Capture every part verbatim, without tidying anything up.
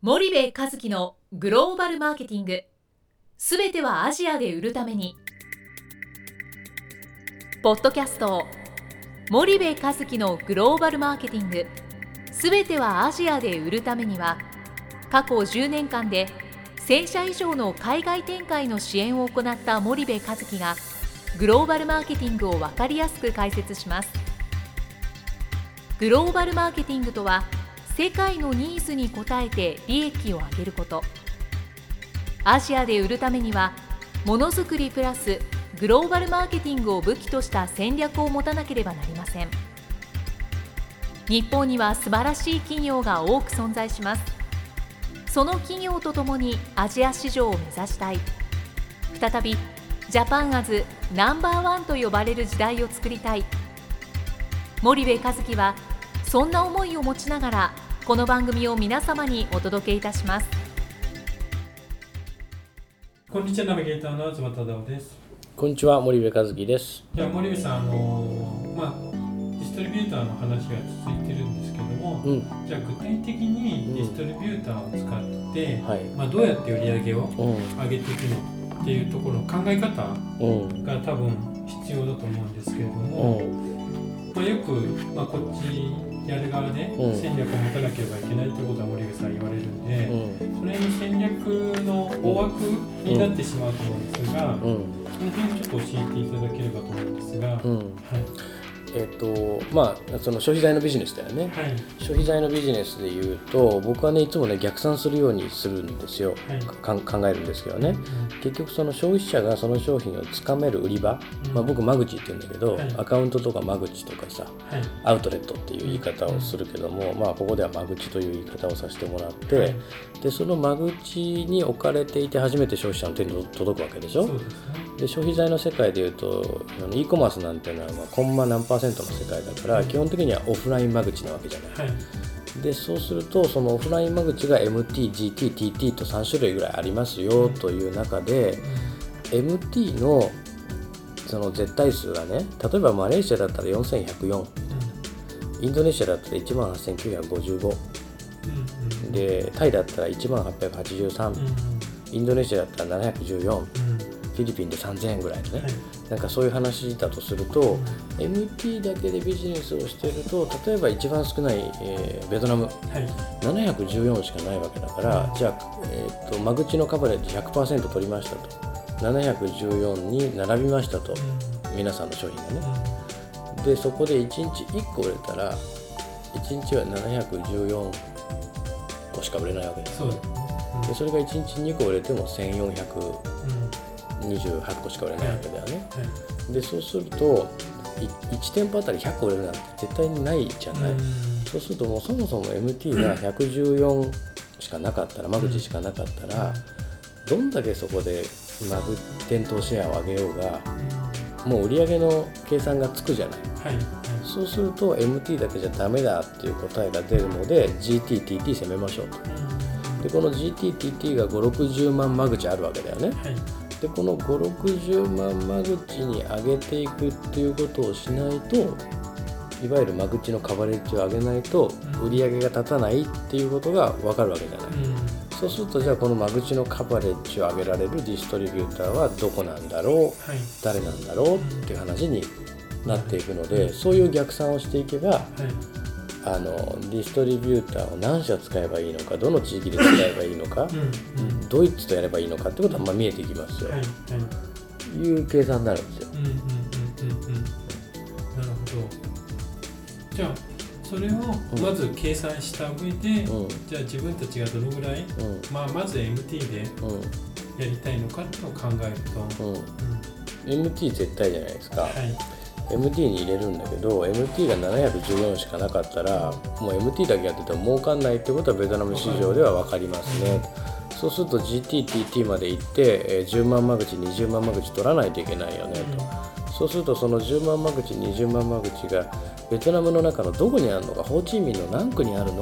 森部一樹のグローバルマーケティング、すべてはアジアで売るために。ポッドキャスト森部一樹のグローバルマーケティング、すべてはアジアで売るためには、過去じゅうねんかんでせんしゃ以上の海外展開の支援を行った森部一樹がグローバルマーケティングを分かりやすく解説します。グローバルマーケティングとは、世界のニーズに応えて利益を上げること。アジアで売るためには、ものづくりプラスグローバルマーケティングを武器とした戦略を持たなければなりません。日本には素晴らしい企業が多く存在します。その企業とともにアジア市場を目指したい。再びジャパンアズナンバーワンと呼ばれる時代を作りたい。森部一樹はそんな思いを持ちながら、この番組を皆様にお届けいたします。 こんにちは、ナビゲーターの東忠夫です。 こんにちは、森部一樹です。 じゃあ森部さん、あのー、まあディストリビューターの話が続いてるんですけども、うん、じゃあ具体的にディストリビューターを使って、うんはいまあ、どうやって売り上げを上げていくのっていうところの考え方が多分必要だと思うんですけれども、うんまあ、よく、まあ、こっちやる側で戦略を持たなければいけないということは森部さん言われるんで、うん、それの戦略の大枠になってしまうと思うんですが、うん、その辺ちょっと教えていただければと思うんですが、うんはいえーとまあ、その消費財のビジネスだよね、はい、消費財のビジネスでいうと僕はねいつもね逆算するようにするんですよ、はい、か考えるんですけどね、うん、結局その消費者がその商品をつかめる売り場、うんまあ、僕間口って言うんだけど、はい、アカウントとか間口とかさ、はい、アウトレットっていう言い方をするけども、うんまあ、ここでは間口という言い方をさせてもらって、はい、でその間口に置かれていて初めて消費者の手に届くわけでしょ。そうですね。で消費財の世界でいうと e コマースなんていうのはまあコンマ何パーセントの世界だから、基本的にはオフライン間口なわけじゃない、はい、でそうするとそのオフライン間口が エムティー、ジーティー、ティーティー とさん種類ぐらいありますよという中で、うん、エムティー のその絶対数がね、例えばマレーシアだったらよんせんひゃくよん、うん、インドネシアだったらいちまんはっせんきゅうひゃくごじゅうご、うん、でタイだったらいちまんはっぴゃくはちじゅうさん、うん、インドネシアだったらななひゃくじゅうよん、うんフィリピンでさんぜんえんぐらいのね、はい、なんかそういう話だとすると、うん、エムティー だけでビジネスをしていると、例えば一番少ない、えー、ベトナム、はい、ななひゃくじゅうよんしかないわけだから、うん、じゃあ、えー、と間口のカバレッジ ひゃくパーセント 取りましたと、ななひゃくじゅうよんに並びましたと、うん、皆さんの商品がね、うん、でそこでいちにちいっこ売れたらいちにちはななひゃくじゅうよんこしか売れないわけです、そうですね、うん、でそれがいちにちにこ売れてもせんよんひゃくにじゅうはちこしか売れないわけだよね、はいはい、でそうするといち店舗あたりひゃっこ売れるなんて絶対にないじゃない。そうするともうそもそも エムティー がひゃくじゅうよんしかなかったら、間口しかなかったら、どんだけそこで間口店頭シェアを上げようがもう売上の計算がつくじゃない、はいはい、そうすると エムティー だけじゃダメだっていう答えが出るので ジーティー、ティーティー 攻めましょうと。でこの ジーティー、ティーティー がごじゅう、ろくじゅうまん間口あるわけだよね、はいでこのごじゅう、ろくじゅうまん間口に上げていくっていうことをしないと、いわゆる間口のカバレッジを上げないと売り上げが立たないっていうことが分かるわけじゃない、うん、そうするとじゃあこの間口のカバレッジを上げられるディストリビューターはどこなんだろう、はい、誰なんだろうっていう話になっていくので、そういう逆算をしていけば、はいあのディストリビューターを何社使えばいいのか、どの地域で使えばいいのか、うんうん、ドイツとやればいいのかってことはまあ見えてきますよ、はいはい、いう計算になるんですよ、うんうんうんうん、なるほど。じゃあそれをまず計算した上で、うん、じゃあ自分たちがどのぐらい、うんまあ、まず エムティー でやりたいのかっていうのを考えると、うんうん、 エムティー 絶対じゃないですか、はいエムティー に入れるんだけど エムティー がななひゃくじゅうよんしかなかったらもう エムティー だけやってても儲かんないってことはベトナム市場では分かりますね、うん、そうすると ジーティー、ティーティー まで行ってじゅうまん間口にじゅうまん間口取らないといけないよねと、うん、そうするとそのじゅうまん間口にじゅうまん間口がベトナムの中のどこにあるのか、ホーチミンの何区にあるの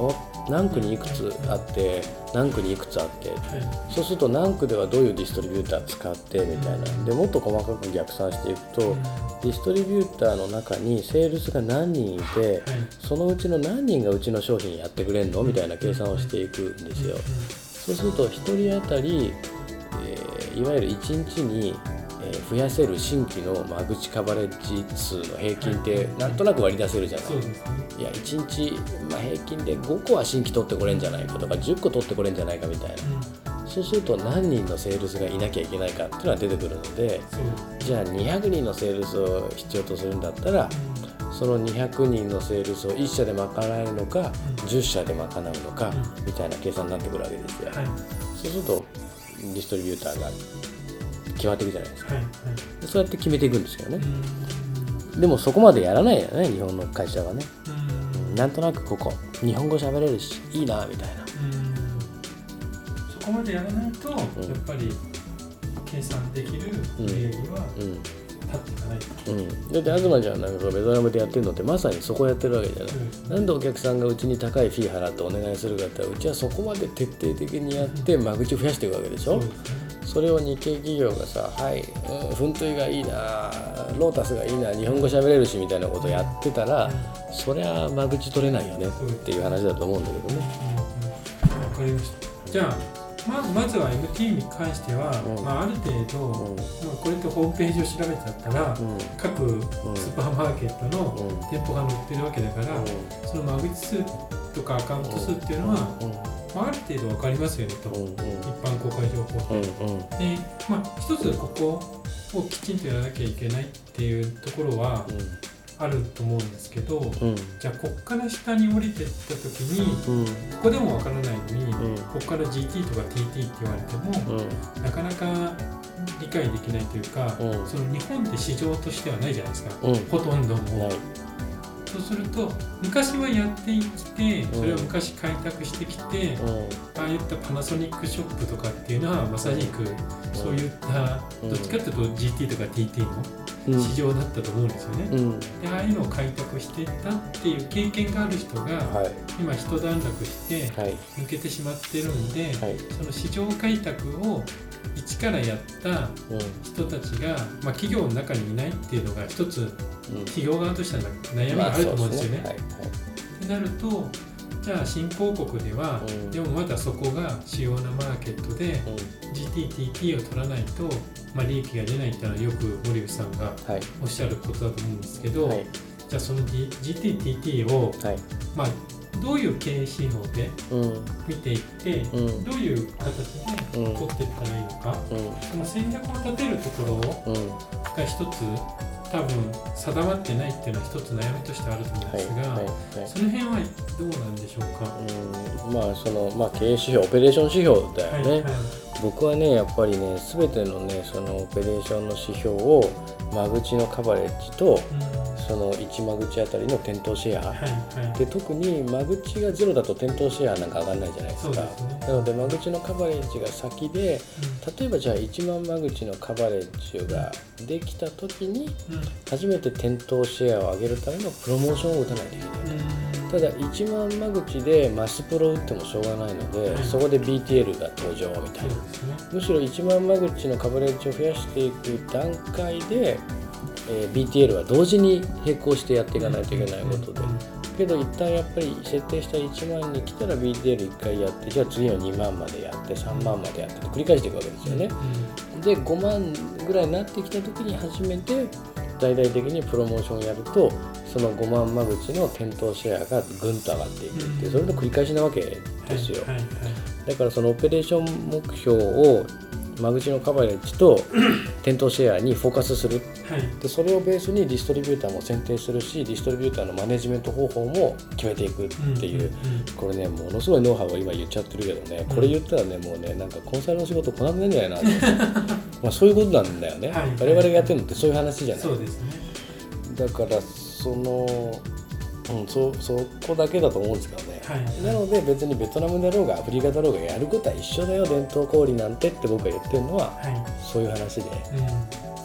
何区にいくつあって何区にいくつあって、はい、そうすると何区ではどういうディストリビューター使ってみたいなでもっと細かく逆算していくと、うん、ディストリビューターの中にセールスが何人いて、はい、そのうちの何人がうちの商品やってくれんのみたいな計算をしていくんですよ。そうするとひとり当たり、えー、いわゆるいちにちに増やせる新規の間口カバレッジ数の平均ってなんとなく割り出せるじゃない。そうですね。いやいちにち、まあ、平均でごこは新規取ってこれんじゃないかとかじゅっこ取ってこれんじゃないかみたいな、うん、そうすると何人のセールスがいなきゃいけないかっていうのが出てくるので、じゃあにひゃくにんのセールスを必要とするんだったら、うん、そのにひゃくにんのセールスをいっしゃで賄えるのか、うん、じゅっしゃで賄うのか、うん、みたいな計算になってくるわけですよ、はい、そうするとディストリビューターが決まっていくじゃないですか、はいはい、そうやって決めていくんですよね。でもそこまでやらないよね日本の会社はね。うんなんとなくここ日本語喋れるしいいなみたいな。うんそこまでやらないと、うん、やっぱり計算できる売り上げは立っていかない、 うんうん、だって東ちゃんなんかベトナムでやってるのってまさにそこやってるわけじゃない、うん、なんでお客さんがうちに高いフィー払ってお願いするかってうちはそこまで徹底的にやって間口を増やしていくわけでしょ、うんそうですね。それを日系企業がさ、はい、うん、フントイがいいな、ロータスがいいな、日本語喋れるしみたいなことをやってたら、そりゃ間口取れないよねっていう話だと思うんだけどね。 わ、うんうん、かりました。じゃあ、まず、まずは エムティー に関しては、うんまあ、ある程度、うんまあ、これってホームページを調べちゃったら、うん、各スーパーマーケットの店舗が載ってるわけだから、うん、その間口数とかアカウント数っていうのは、うんうんまあ、ある程度分かりますよねと、うんうん、一般公開情報で、うんうんでまあ、一つここをきちんとやらなきゃいけないっていうところはあると思うんですけど、うん、じゃあここから下に降りていった時に、うん、ここでも分からないのに、うん、ここから ジーティー とか ティーティー って言われても、うん、なかなか理解できないというか、うん、その日本って市場としてはないじゃないですか、うん、ほとんども。そうすると昔はやってきてそれを昔開拓してきて、うん、ああいったパナソニックショップとかっていうのはまさにくそういったどっちかというと ジーティー とか ティーティー の市場だったと思うんですよね、うん、でああいうのを開拓していったっていう経験がある人が、はい、今一段落して抜けてしまってるんで、はい、その市場開拓を一からやった人たちが、まあ、企業の中にいないっていうのが一つ企業側としては悩みがあると思うんですよね。まあそうですね。はいはい、ってなるとじゃあ新興国では、うん、でもまだそこが主要なマーケットで、うん、ジーティー、ティーティー を取らないと、まあ、利益が出ないっていうのはよく森口さんがおっしゃることだと思うんですけど、はい、じゃあその ジーティー、ティーティー を、はいまあどういう経営指標で見ていって、うん、どういう形で取っていったらいいのか、うん、その戦略を立てるところが一つ多分定まってないっていうのは一つ悩みとしてあると思うんですが、はいはいはい、その辺はどうなんでしょうか。 うんまあそのまあ、経営指標オペレーション指標だよね、はいはい、僕はねやっぱりね全てのねそのオペレーションの指標を間口のカバレッジと、うんそのいち間口あたりの店頭シェア、はいはい、で特に間口がゼロだと店頭シェアなんか上がらないじゃないですか。そうですね。なので間口のカバレッジが先で、うん、例えばじゃあいちまん間口のカバレッジができた時に、うん、初めて店頭シェアを上げるためのプロモーションを打たないといけない、うん、ただいちまん間口でマスプロ打ってもしょうがないので、はい、そこで ビーティーエル が登場みたいな、ね、むしろいちまん間口のカバレッジを増やしていく段階でえー、ビーティーエル は同時に並行してやっていかないといけないことで、けど一旦やっぱり設定したいちまんに来たら ビーティーエルいっかいやってじゃあ次のにまんまでやってさんまんまでやって繰り返していくわけですよね。でごまんぐらいになってきた時に初めて大々的にプロモーションをやるとそのごまん間口の店頭シェアがぐんと上がっていくっていうそれの繰り返しなわけですよ。だからそのオペレーション目標を間口のカバレッジと店頭シェアにフォーカスする、はい、でそれをベースにディストリビューターも選定するしディストリビューターのマネジメント方法も決めていくっていう、うんうんうん、これねものすごいノウハウを今言っちゃってるけどね、うん、これ言ったらねもうねなんかコンサルの仕事こなくなるんじゃないなとまあそういうことなんだよね、はい、我々がやってるのってそういう話じゃない。 そうですね。 だからそのうん、そ, そこだけだと思うんですけどね、はいはい、なので別にベトナムだろうがアフリカだろうがやることは一緒だよ伝統小売なんてって僕が言ってるのは、はい、そういう話で、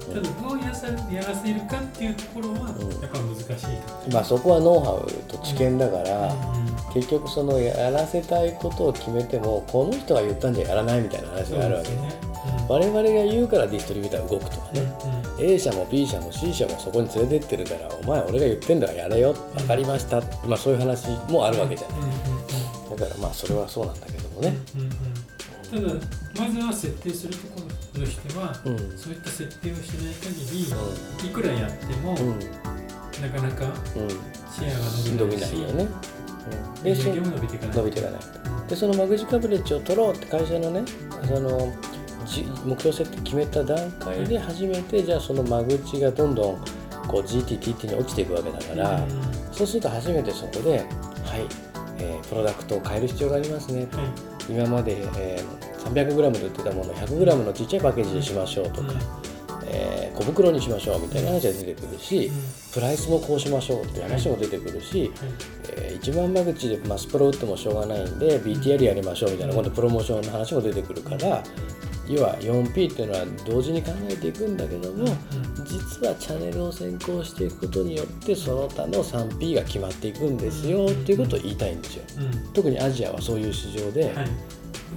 ただどうやらせるかっていうところはやっぱ難しいと、 うん、まあそこはノウハウと知見だから、うんうん、結局そのやらせたいことを決めてもこの人が言ったんじゃやらないみたいな話があるわけね、うん、我々が言うからディストリビューター動くとかね、うんうん、A 社も B 社も C 社もそこに連れてってるからお前俺が言ってんだからやれよ分かりました、うん、まあそういう話もあるわけじゃない、うんうん、だからまあそれはそうなんだけどもね、うんうんうん、ただまずは設定するところとしては、うん、そういった設定をしない限り、うん、いくらやっても、うん、なかなかシェアが伸びないし、 伸びないよね、 うん、で、そ伸びていかない。 伸びていかない。で、その間口カバレッジを取ろうって会社のね、その目標設定決めた段階で初めて、じゃあその間口がどんどんこう ジーティー、ティーティー に落ちていくわけだから、うん、そうすると初めてそこで、はい、えー、プロダクトを変える必要がありますね、はい、今まで、えー、さんびゃくグラム で売ってたものを ひゃくグラム のちっちゃいパッケージにしましょうとか、うん、えー、小袋にしましょうみたいな話が出てくるし、うん、プライスもこうしましょうっていう話も出てくるし、うん、えー、一番間口でマスプロ打ってもしょうがないんで ビーティーアール やりましょうみたいな、今度プロモーションの話も出てくるから、要は よんピー っていうのは同時に考えていくんだけども、うん、実はチャンネルを先行していくことによってその他の スリーピー が決まっていくんですよっていうことを言いたいんですよ、うん、特にアジアはそういう市場で、はい、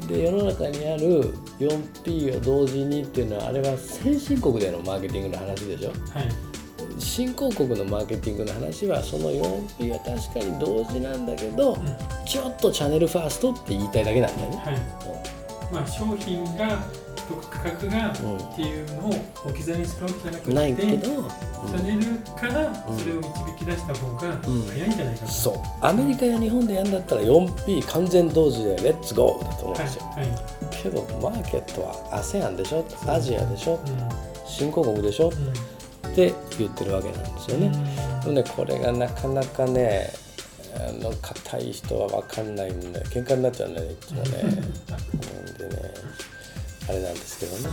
で世の中にある よんピー を同時にっていうのはあれは先進国でのマーケティングの話でしょ、はい、新興国のマーケティングの話はその よんピー は確かに同時なんだけど、うん、ちょっとチャンネルファーストって言いたいだけなんだよね、はい、 うん、まあ、商品が価格がっていうのを置き去りにするわけじゃなくて、ないけど、チャンネルからそれを導き出した方が早いんじゃないかな、うん、 そう、アメリカや日本でやるんだったら よんピー 完全同時でレッツゴーだと思うんですよ、はいはい、けどマーケットは アセアン でしょ、アジアでしょ、うん、新興国でしょ、うん、って言ってるわけなんですよね、うん、でこれがなかなかね、あの硬い人は分かんないんで喧嘩になっちゃうんだよね、いつもねでねあれなんですけどね。はい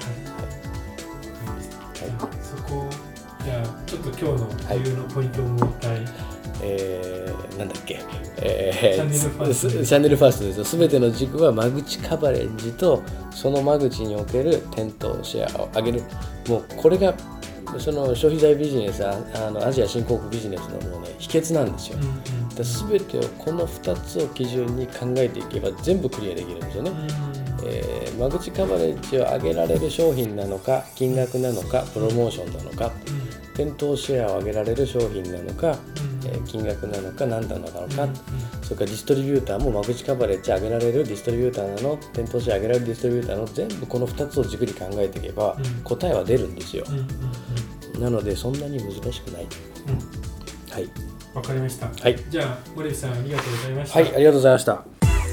はい、そこじゃあちょっと今日の理由のポイントをもう一回、はい、 えー、なんだっけ、えー、チャンネルファースト、チャンネルファーストですよ。すべての軸は間口カバレッジとその間口における店頭シェアを上げる。もうこれがその消費財ビジネス、あのアジア新興国ビジネスのもうね秘訣なんですよ。すべ、うん、てをこのふたつを基準に考えていけば全部クリアできるんですよね。うんえー、間口カバレッジを上げられる商品なのか金額なのかプロモーションなのか、うん、店頭シェアを上げられる商品なのか、うんえー、金額なのか何だなのか、うん、それからディストリビューターも間口カバレッジ上げられるディストリビューターなの店頭シェア上げられるディストリビューターの全部このふたつを軸に考えていけば、うん、答えは出るんですよ、うんうんうん、なのでそんなに難しくない、うん、はい、 わかりました、 はい、 じゃあ森口さんありがとうございました。 はい、ありがとうございました。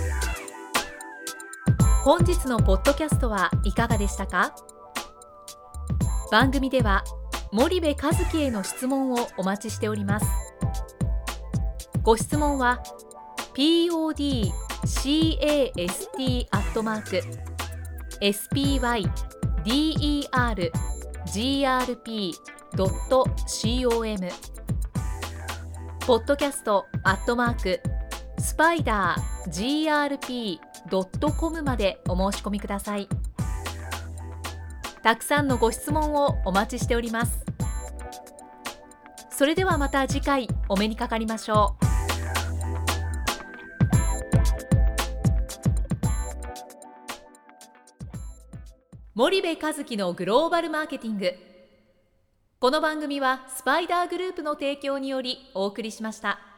本日のポッドキャストはいかがでしたか？番組では森部一樹への質問をお待ちしております。ご質問は ピーオーディーキャスト アットマーク エスピーワイディーイーアールジーアールピー ドット コム ポッドキャストアットマークスパイダー ジーアールピードットコム までお申し込みください。たくさんのご質問をお待ちしております。それではまた次回お目にかかりましょう。森部一樹のグローバルマーケティング。この番組はスパイダーグループの提供によりお送りしました。